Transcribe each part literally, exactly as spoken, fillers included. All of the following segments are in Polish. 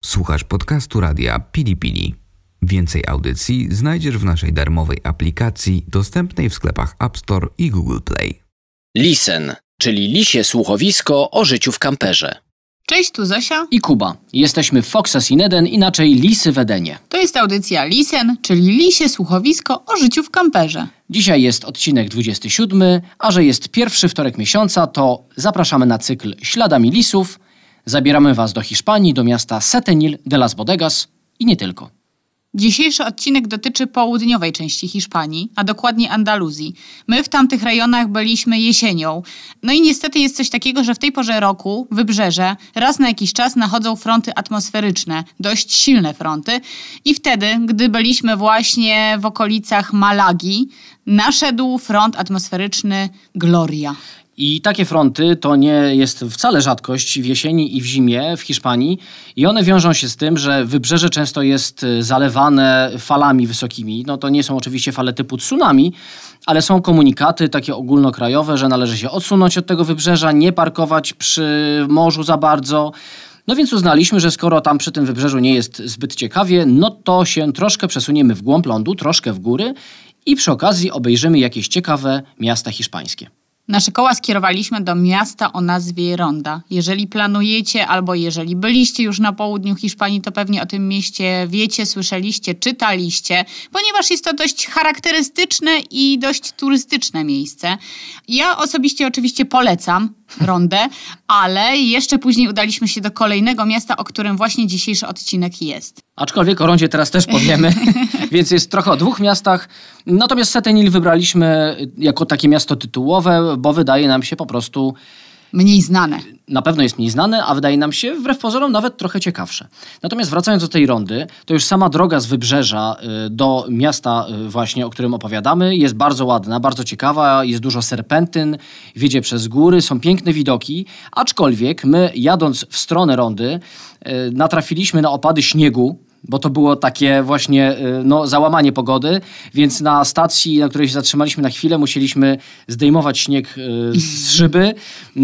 Słuchasz podcastu radia Pili Pili. Więcej audycji znajdziesz w naszej darmowej aplikacji dostępnej w sklepach App Store i Google Play. Listen, czyli lisie słuchowisko o życiu w kamperze. Cześć, tu Zosia i Kuba. Jesteśmy Foxes in Eden, inaczej Lisy w Edenie. To jest audycja Listen, czyli lisie słuchowisko o życiu w kamperze. Dzisiaj jest odcinek dwudziesty siódmy, a że jest pierwszy wtorek miesiąca, to zapraszamy na cykl Śladami Lisów. Zabieramy Was do Hiszpanii, do miasta Setenil de las Bodegas i nie tylko. Dzisiejszy odcinek dotyczy południowej części Hiszpanii, a dokładnie Andaluzji. My w tamtych rejonach byliśmy jesienią. No i niestety jest coś takiego, że w tej porze roku wybrzeże raz na jakiś czas nachodzą fronty atmosferyczne, dość silne fronty. I wtedy, gdy byliśmy właśnie w okolicach Malagi, naszedł front atmosferyczny Gloria. I takie fronty to nie jest wcale rzadkość w jesieni i w zimie w Hiszpanii i one wiążą się z tym, że wybrzeże często jest zalewane falami wysokimi. No to nie są oczywiście fale typu tsunami, ale są komunikaty takie ogólnokrajowe, że należy się odsunąć od tego wybrzeża, nie parkować przy morzu za bardzo. No więc uznaliśmy, że skoro tam przy tym wybrzeżu nie jest zbyt ciekawie, no to się troszkę przesuniemy w głąb lądu, troszkę w góry i przy okazji obejrzymy jakieś ciekawe miasta hiszpańskie. Nasze koła skierowaliśmy do miasta o nazwie Ronda. Jeżeli planujecie albo jeżeli byliście już na południu Hiszpanii, to pewnie o tym mieście wiecie, słyszeliście, czytaliście, ponieważ jest to dość charakterystyczne i dość turystyczne miejsce. Ja osobiście oczywiście polecam Rondę, ale jeszcze później udaliśmy się do kolejnego miasta, o którym właśnie dzisiejszy odcinek jest. Aczkolwiek o Rondzie teraz też powiemy, więc jest trochę o dwóch miastach. Natomiast Setenil wybraliśmy jako takie miasto tytułowe, bo wydaje nam się po prostu mniej znane. Na pewno jest mniej znane, a wydaje nam się wbrew pozorom nawet trochę ciekawsze. Natomiast wracając do tej Rondy, to już sama droga z wybrzeża do miasta właśnie, o którym opowiadamy, jest bardzo ładna, bardzo ciekawa, jest dużo serpentyn, wiedzie przez góry, są piękne widoki, aczkolwiek my jadąc w stronę Rondy natrafiliśmy na opady śniegu, bo to było takie właśnie no, załamanie pogody, więc na stacji, na której się zatrzymaliśmy na chwilę, musieliśmy zdejmować śnieg z szyby.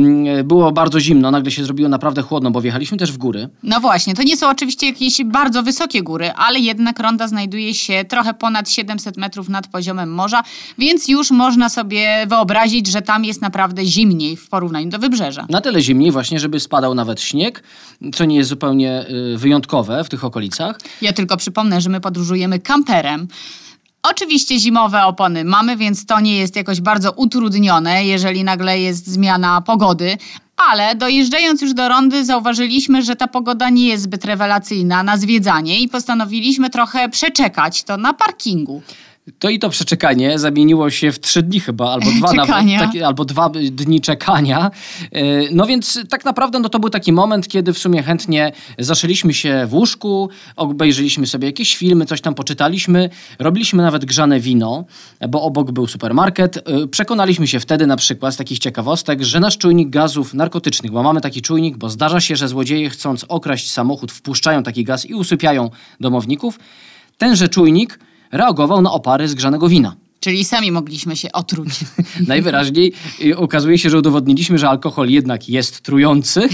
Było bardzo zimno, nagle się zrobiło naprawdę chłodno, bo wjechaliśmy też w góry. No właśnie, to nie są oczywiście jakieś bardzo wysokie góry, ale jednak Ronda znajduje się trochę ponad siedemset metrów nad poziomem morza, więc już można sobie wyobrazić, że tam jest naprawdę zimniej w porównaniu do wybrzeża. Na tyle zimniej właśnie, żeby spadał nawet śnieg, co nie jest zupełnie wyjątkowe w tych okolicach. Ja tylko przypomnę, że my podróżujemy kamperem. Oczywiście zimowe opony mamy, więc to nie jest jakoś bardzo utrudnione, jeżeli nagle jest zmiana pogody. Ale dojeżdżając już do Rondy zauważyliśmy, że ta pogoda nie jest zbyt rewelacyjna na zwiedzanie i postanowiliśmy trochę przeczekać to na parkingu. To i to przeczekanie zamieniło się w trzy dni chyba, albo dwa nawet, tak, albo dwa dni czekania. No więc tak naprawdę no to był taki moment, kiedy w sumie chętnie zaszyliśmy się w łóżku, obejrzeliśmy sobie jakieś filmy, coś tam poczytaliśmy, robiliśmy nawet grzane wino, bo obok był supermarket. Przekonaliśmy się wtedy na przykład z takich ciekawostek, że nasz czujnik gazów narkotycznych, bo mamy taki czujnik, bo zdarza się, że złodzieje chcąc okraść samochód wpuszczają taki gaz i usypiają domowników. Tenże czujnik reagował na opary zgrzanego wina. Czyli sami mogliśmy się otruć. Najwyraźniej okazuje się, że udowodniliśmy, że alkohol jednak jest trujący.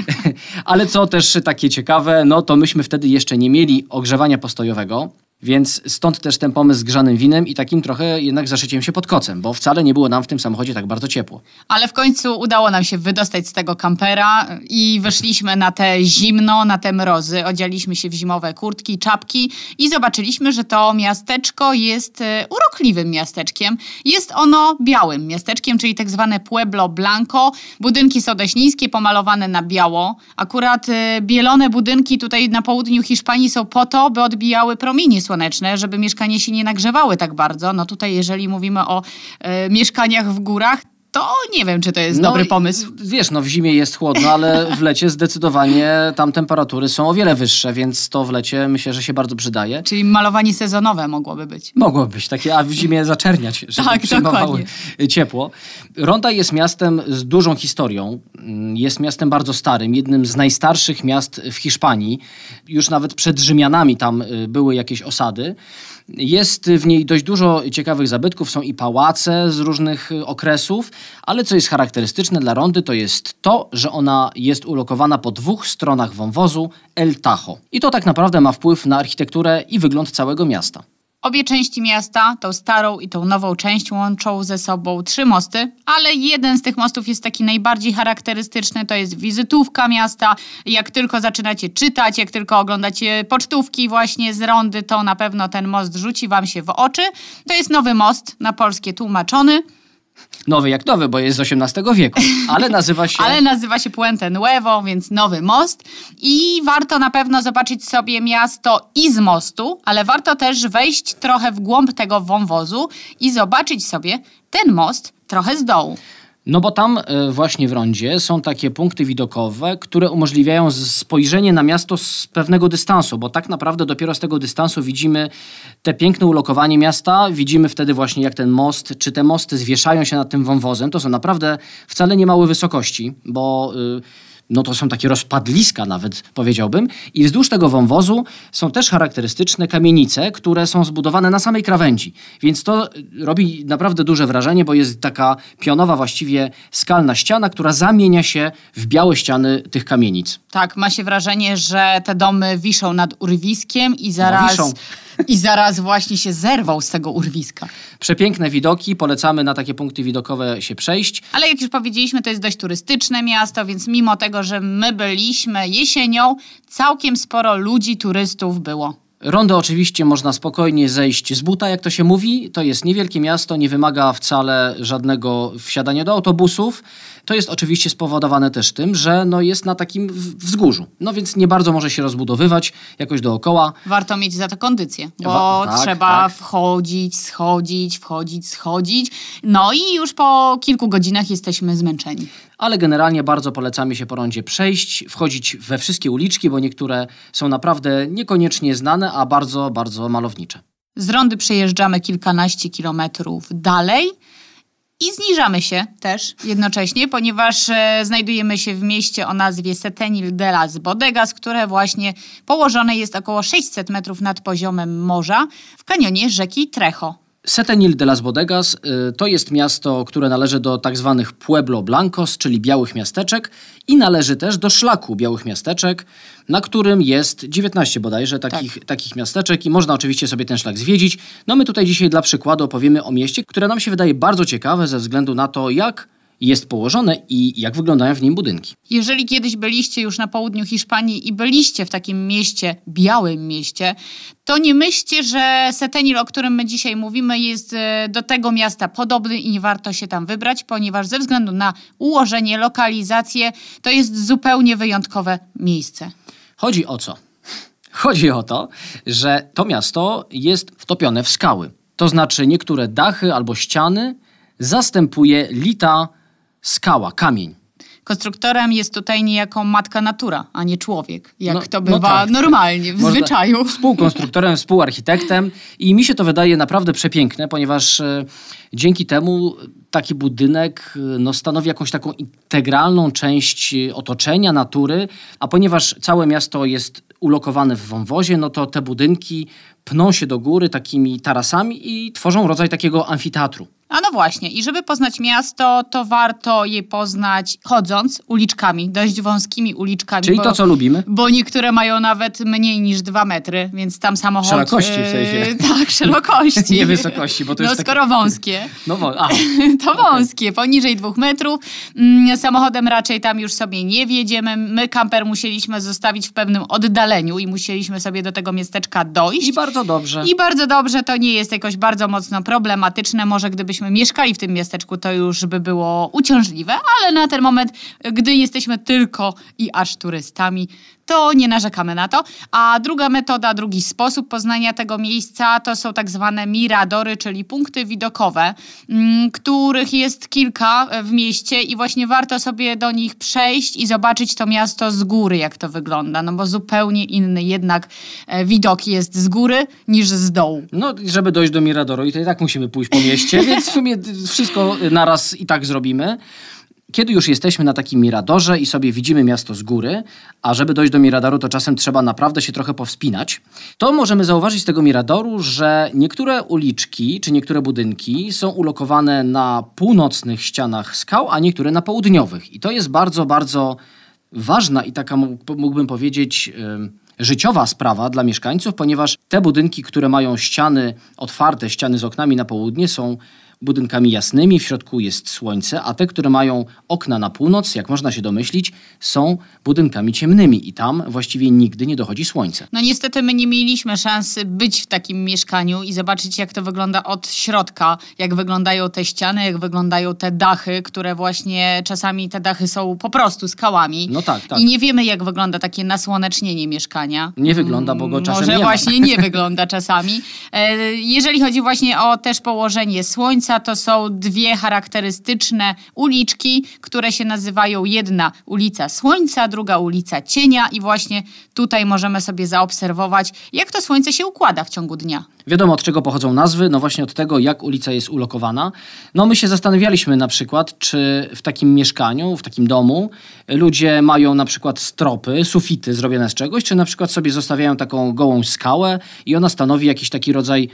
Ale co też takie ciekawe, no to myśmy wtedy jeszcze nie mieli ogrzewania postojowego. Więc stąd też ten pomysł z grzanym winem i takim trochę jednak zaszyciem się pod kocem, bo wcale nie było nam w tym samochodzie tak bardzo ciepło. Ale w końcu udało nam się wydostać z tego kampera i wyszliśmy na te zimno, na te mrozy. Odzialiśmy się w zimowe kurtki, czapki i zobaczyliśmy, że to miasteczko jest urokliwym miasteczkiem. Jest ono białym miasteczkiem, czyli tak zwane Pueblo Blanco. Budynki są dość niskie, pomalowane na biało. Akurat bielone budynki tutaj na południu Hiszpanii są po to, by odbijały promienie słoneczne, żeby mieszkania się nie nagrzewały tak bardzo. No tutaj jeżeli mówimy o e, mieszkaniach w górach, to nie wiem, czy to jest no, dobry pomysł. Wiesz, no w zimie jest chłodno, ale w lecie zdecydowanie tam temperatury są o wiele wyższe, więc to w lecie myślę, że się bardzo przydaje. Czyli malowanie sezonowe mogłoby być. Mogłoby być takie, a w zimie zaczerniać, żeby tak, przyjmowały ciepło. Ronda jest miastem z dużą historią. Jest miastem bardzo starym, jednym z najstarszych miast w Hiszpanii. Już nawet przed Rzymianami tam były jakieś osady. Jest w niej dość dużo ciekawych zabytków, są i pałace z różnych okresów, ale co jest charakterystyczne dla rondy, to jest to, że ona jest ulokowana po dwóch stronach wąwozu El Tajo. I to tak naprawdę ma wpływ na architekturę i wygląd całego miasta. Obie części miasta, tą starą i tą nową część, łączą ze sobą trzy mosty, ale jeden z tych mostów jest taki najbardziej charakterystyczny, to jest wizytówka miasta. Jak tylko zaczynacie czytać, jak tylko oglądacie pocztówki właśnie z rondy, to na pewno ten most rzuci wam się w oczy. To jest nowy most, na polskie tłumaczony. Nowy jak nowy, bo jest z osiemnastego wieku, ale nazywa się... ale nazywa się Puente Nuevo, więc nowy most. I warto na pewno zobaczyć sobie miasto i z mostu, ale warto też wejść trochę w głąb tego wąwozu i zobaczyć sobie ten most trochę z dołu. No bo tam y, właśnie w rondzie są takie punkty widokowe, które umożliwiają spojrzenie na miasto z pewnego dystansu, bo tak naprawdę dopiero z tego dystansu widzimy te piękne ulokowanie miasta, widzimy wtedy właśnie jak ten most, czy te mosty zwieszają się nad tym wąwozem. To są naprawdę wcale nie małe wysokości, bo... Y, no to są takie rozpadliska nawet, powiedziałbym. I wzdłuż tego wąwozu są też charakterystyczne kamienice, które są zbudowane na samej krawędzi. Więc to robi naprawdę duże wrażenie, bo jest taka pionowa właściwie skalna ściana, która zamienia się w białe ściany tych kamienic. Tak, ma się wrażenie, że te domy wiszą nad urwiskiem i zaraz... No, wiszą. I zaraz właśnie się zerwał z tego urwiska. Przepiękne widoki, polecamy na takie punkty widokowe się przejść. Ale jak już powiedzieliśmy, to jest dość turystyczne miasto, więc mimo tego, że my byliśmy jesienią, całkiem sporo ludzi, turystów było. Rondo oczywiście można spokojnie zejść z buta, jak to się mówi. To jest niewielkie miasto, nie wymaga wcale żadnego wsiadania do autobusów. To jest oczywiście spowodowane też tym, że no jest na takim wzgórzu. No więc nie bardzo może się rozbudowywać jakoś dookoła. Warto mieć za to kondycję, bo Wa- tak, trzeba tak. wchodzić, schodzić, wchodzić, schodzić. No i już po kilku godzinach jesteśmy zmęczeni. Ale generalnie bardzo polecamy się po rondzie przejść, wchodzić we wszystkie uliczki, bo niektóre są naprawdę niekoniecznie znane, a bardzo, bardzo malownicze. Z rondy przejeżdżamy kilkanaście kilometrów dalej i zniżamy się też jednocześnie, ponieważ e, znajdujemy się w mieście o nazwie Setenil de las Bodegas, które właśnie położone jest około sześćset metrów nad poziomem morza w kanionie rzeki Trejo. Setenil de las Bodegas y, to jest miasto, które należy do tak zwanych Pueblo Blancos, czyli białych miasteczek i należy też do szlaku białych miasteczek, na którym jest dziewiętnaście bodajże takich, tak. takich miasteczek i można oczywiście sobie ten szlak zwiedzić. No my tutaj dzisiaj dla przykładu opowiemy o mieście, które nam się wydaje bardzo ciekawe ze względu na to, jak jest położone i jak wyglądają w nim budynki. Jeżeli kiedyś byliście już na południu Hiszpanii i byliście w takim mieście, białym mieście, to nie myślcie, że Setenil, o którym my dzisiaj mówimy, jest do tego miasta podobny i nie warto się tam wybrać, ponieważ ze względu na ułożenie, lokalizację, to jest zupełnie wyjątkowe miejsce. Chodzi o co? Chodzi o to, że to miasto jest wtopione w skały. To znaczy niektóre dachy albo ściany zastępuje lita skała, kamień. Konstruktorem jest tutaj niejako matka natura, a nie człowiek, jak no, to bywa no tak, normalnie, w Można zwyczaju. Współkonstruktorem, współarchitektem i mi się to wydaje naprawdę przepiękne, ponieważ e, dzięki temu taki budynek no, stanowi jakąś taką integralną część otoczenia, natury, a ponieważ całe miasto jest ulokowane w wąwozie, no to te budynki pną się do góry takimi tarasami i tworzą rodzaj takiego amfiteatru. A no właśnie, i żeby poznać miasto, to warto je poznać chodząc uliczkami, dość wąskimi uliczkami. Czyli bo, to, co lubimy. Bo niektóre mają nawet mniej niż dwa metry, więc tam samochód... Szerokości w sensie. Yy, tak, szerokości. Nie wysokości, bo to no jest skoro takie... wąskie. No wą... A. To wąskie, poniżej dwóch metrów. Mm, samochodem raczej tam już sobie nie wjedziemy. My kamper musieliśmy zostawić w pewnym oddaleniu i musieliśmy sobie do tego miasteczka dojść. I bardzo dobrze. I bardzo dobrze, to nie jest jakoś bardzo mocno problematyczne. Może gdybyśmy mieszkali w tym miasteczku, to już by było uciążliwe, ale na ten moment, gdy jesteśmy tylko i aż turystami, to nie narzekamy na to. A druga metoda, drugi sposób poznania tego miejsca to są tak zwane miradory, czyli punkty widokowe, m, których jest kilka w mieście i właśnie warto sobie do nich przejść i zobaczyć to miasto z góry, jak to wygląda, no bo zupełnie inny jednak e, widok jest z góry niż z dołu. No, żeby dojść do Miradoru i to i tak musimy pójść po mieście, więc w sumie wszystko naraz i tak zrobimy. Kiedy już jesteśmy na takim miradorze i sobie widzimy miasto z góry, a żeby dojść do miradoru, to czasem trzeba naprawdę się trochę powspinać, to możemy zauważyć z tego miradoru, że niektóre uliczki czy niektóre budynki są ulokowane na północnych ścianach skał, a niektóre na południowych. I to jest bardzo, bardzo ważna i taka, mógłbym powiedzieć, yy, życiowa sprawa dla mieszkańców, ponieważ te budynki, które mają ściany otwarte, ściany z oknami na południe, są budynkami jasnymi, w środku jest słońce, a te, które mają okna na północ, jak można się domyślić, są budynkami ciemnymi i tam właściwie nigdy nie dochodzi słońce. No niestety my nie mieliśmy szansy być w takim mieszkaniu i zobaczyć, jak to wygląda od środka, jak wyglądają te ściany, jak wyglądają te dachy, które właśnie czasami te dachy są po prostu skałami. No tak, tak. I nie wiemy, jak wygląda takie nasłonecznienie mieszkania. Nie wygląda, bo go czasem Może nie ma. właśnie nie wygląda czasami. E, jeżeli chodzi właśnie o też położenie słońca, to są dwie charakterystyczne uliczki, które się nazywają jedna ulica Słońca, druga ulica Cienia i właśnie tutaj możemy sobie zaobserwować, jak to słońce się układa w ciągu dnia. Wiadomo, od czego pochodzą nazwy, no właśnie od tego, jak ulica jest ulokowana. No my się zastanawialiśmy na przykład, czy w takim mieszkaniu, w takim domu ludzie mają na przykład stropy, sufity zrobione z czegoś, czy na przykład sobie zostawiają taką gołą skałę i ona stanowi jakiś taki rodzaj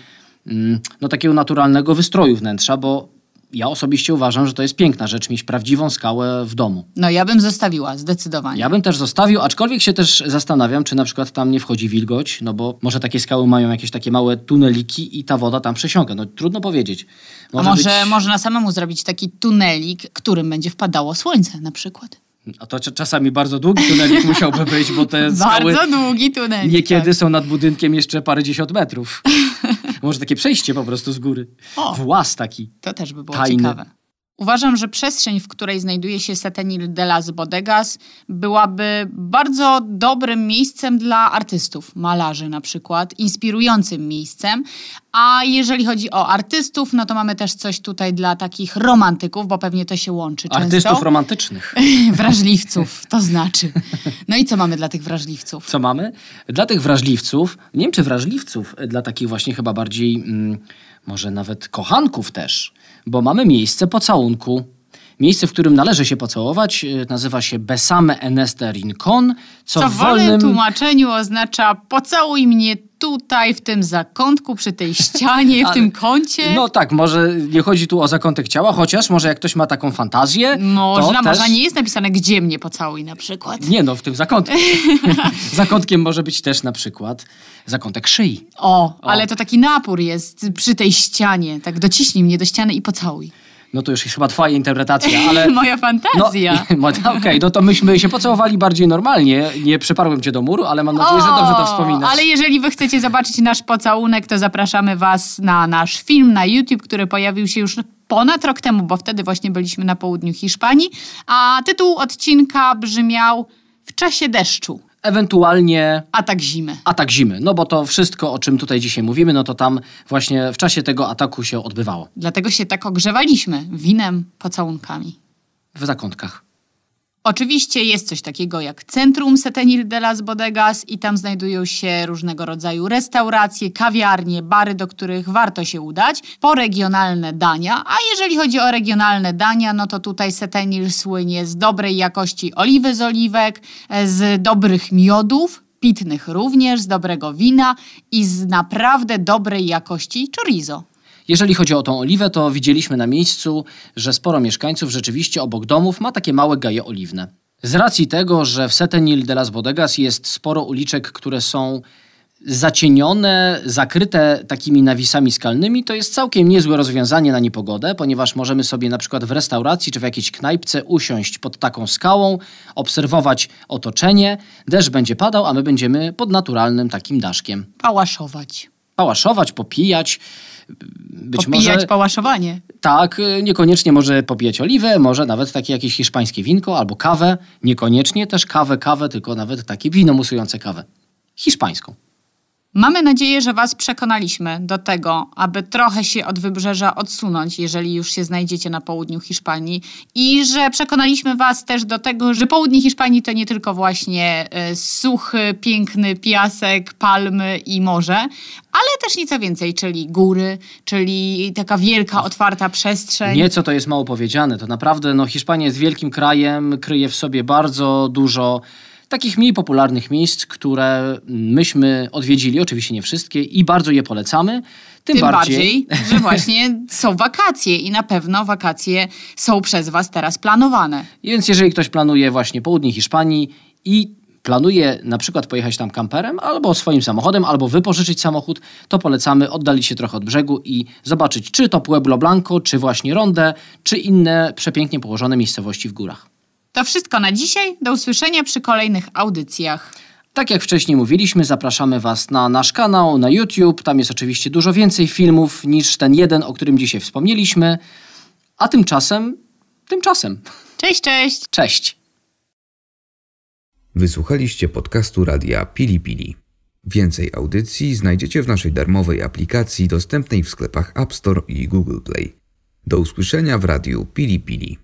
no takiego naturalnego wystroju wnętrza, bo ja osobiście uważam, że to jest piękna rzecz mieć prawdziwą skałę w domu. No ja bym zostawiła, zdecydowanie. Ja bym też zostawił, aczkolwiek się też zastanawiam, czy na przykład tam nie wchodzi wilgoć, no bo może takie skały mają jakieś takie małe tuneliki i ta woda tam przesiąka. No trudno powiedzieć. Może A może być... można samemu zrobić taki tunelik, którym będzie wpadało słońce na przykład. A to czasami bardzo długi tunelik musiałby być, bo te skały bardzo długi tunelik, niekiedy tak. są nad budynkiem jeszcze parędziesiąt metrów. Może takie przejście po prostu z góry. O, Włas taki. To też by było tajny. ciekawe. Uważam, że przestrzeń, w której znajduje się Setenil de las Bodegas, byłaby bardzo dobrym miejscem dla artystów, malarzy na przykład, inspirującym miejscem. A jeżeli chodzi o artystów, no to mamy też coś tutaj dla takich romantyków, bo pewnie to się łączy często. Artystów romantycznych. Wrażliwców, to znaczy. No i co mamy dla tych wrażliwców? Co mamy? Dla tych wrażliwców, nie wiem czy wrażliwców, dla takich właśnie chyba bardziej, mm, może nawet kochanków też, bo mamy miejsce pocałunku. Miejsce, w którym należy się pocałować, nazywa się Besame en este rincón, co, co w w wolnym wolnym tłumaczeniu oznacza pocałuj mnie tutaj, w tym zakątku, przy tej ścianie, w Ale- tym kącie. No tak, może nie chodzi tu o zakątek ciała, chociaż może jak ktoś ma taką fantazję, Można, to można też... nie jest napisane, gdzie mnie pocałuj na przykład. Nie no, w tym zakątku. Zakątkiem może być też na przykład zakątek szyi. O, ale to taki napór jest przy tej ścianie. Tak dociśnij mnie do ściany i pocałuj. No to już jest chyba twoja interpretacja, ale... Moja fantazja. No, okej, okay, no to myśmy się pocałowali bardziej normalnie. Nie przyparłem cię do muru, ale mam nadzieję, że dobrze to wspominasz. Ale jeżeli wy chcecie zobaczyć nasz pocałunek, to zapraszamy was na nasz film na YouTube, który pojawił się już ponad rok temu, bo wtedy właśnie byliśmy na południu Hiszpanii, a tytuł odcinka brzmiał W czasie deszczu. Ewentualnie Atak zimy. atak zimy. No bo to wszystko, o czym tutaj dzisiaj mówimy, no to tam właśnie w czasie tego ataku się odbywało. Dlatego się tak ogrzewaliśmy winem, pocałunkami. W zakątkach. Oczywiście jest coś takiego jak Centrum Setenil de las Bodegas i tam znajdują się różnego rodzaju restauracje, kawiarnie, bary, do których warto się udać, po regionalne dania. A jeżeli chodzi o regionalne dania, no to tutaj Setenil słynie z dobrej jakości oliwy z oliwek, z dobrych miodów, pitnych również, z dobrego wina i z naprawdę dobrej jakości chorizo. Jeżeli chodzi o tą oliwę, to widzieliśmy na miejscu, że sporo mieszkańców rzeczywiście obok domów ma takie małe gaje oliwne. Z racji tego, że w Setenil de las Bodegas jest sporo uliczek, które są zacienione, zakryte takimi nawisami skalnymi, to jest całkiem niezłe rozwiązanie na niepogodę, ponieważ możemy sobie na przykład w restauracji czy w jakiejś knajpce usiąść pod taką skałą, obserwować otoczenie, deszcz będzie padał, a my będziemy pod naturalnym takim daszkiem. Pałaszować. Pałaszować, popijać. Być Popijać może pałaszowanie. tak, niekoniecznie może popijać oliwę, może nawet takie jakieś hiszpańskie winko albo kawę. Niekoniecznie też kawę, kawę, tylko nawet takie wino musujące kawę. Hiszpańską. Mamy nadzieję, że Was przekonaliśmy do tego, aby trochę się od wybrzeża odsunąć, jeżeli już się znajdziecie na południu Hiszpanii, i że przekonaliśmy Was też do tego, że południe Hiszpanii to nie tylko właśnie y, suchy, piękny piasek, palmy i morze, ale też nieco więcej, czyli góry, czyli taka wielka, otwarta przestrzeń. Nieco to jest mało powiedziane. To naprawdę no, Hiszpania jest wielkim krajem, kryje w sobie bardzo dużo takich mniej popularnych miejsc, które myśmy odwiedzili, oczywiście nie wszystkie, i bardzo je polecamy. Tym, Tym bardziej, bardziej, że właśnie są wakacje i na pewno wakacje są przez Was teraz planowane. Więc jeżeli ktoś planuje właśnie południe Hiszpanii i planuje na przykład pojechać tam kamperem, albo swoim samochodem, albo wypożyczyć samochód, to polecamy oddalić się trochę od brzegu i zobaczyć, czy to Pueblo Blanco, czy właśnie Rondę, czy inne przepięknie położone miejscowości w górach. To wszystko na dzisiaj. Do usłyszenia przy kolejnych audycjach. Tak jak wcześniej mówiliśmy, zapraszamy Was na nasz kanał, na YouTube. Tam jest oczywiście dużo więcej filmów niż ten jeden, o którym dzisiaj wspomnieliśmy. A tymczasem, tymczasem. Cześć, cześć! Cześć! Wysłuchaliście podcastu Radia Pili Pili. Więcej audycji znajdziecie w naszej darmowej aplikacji dostępnej w sklepach App Store i Google Play. Do usłyszenia w Radiu Pili Pili.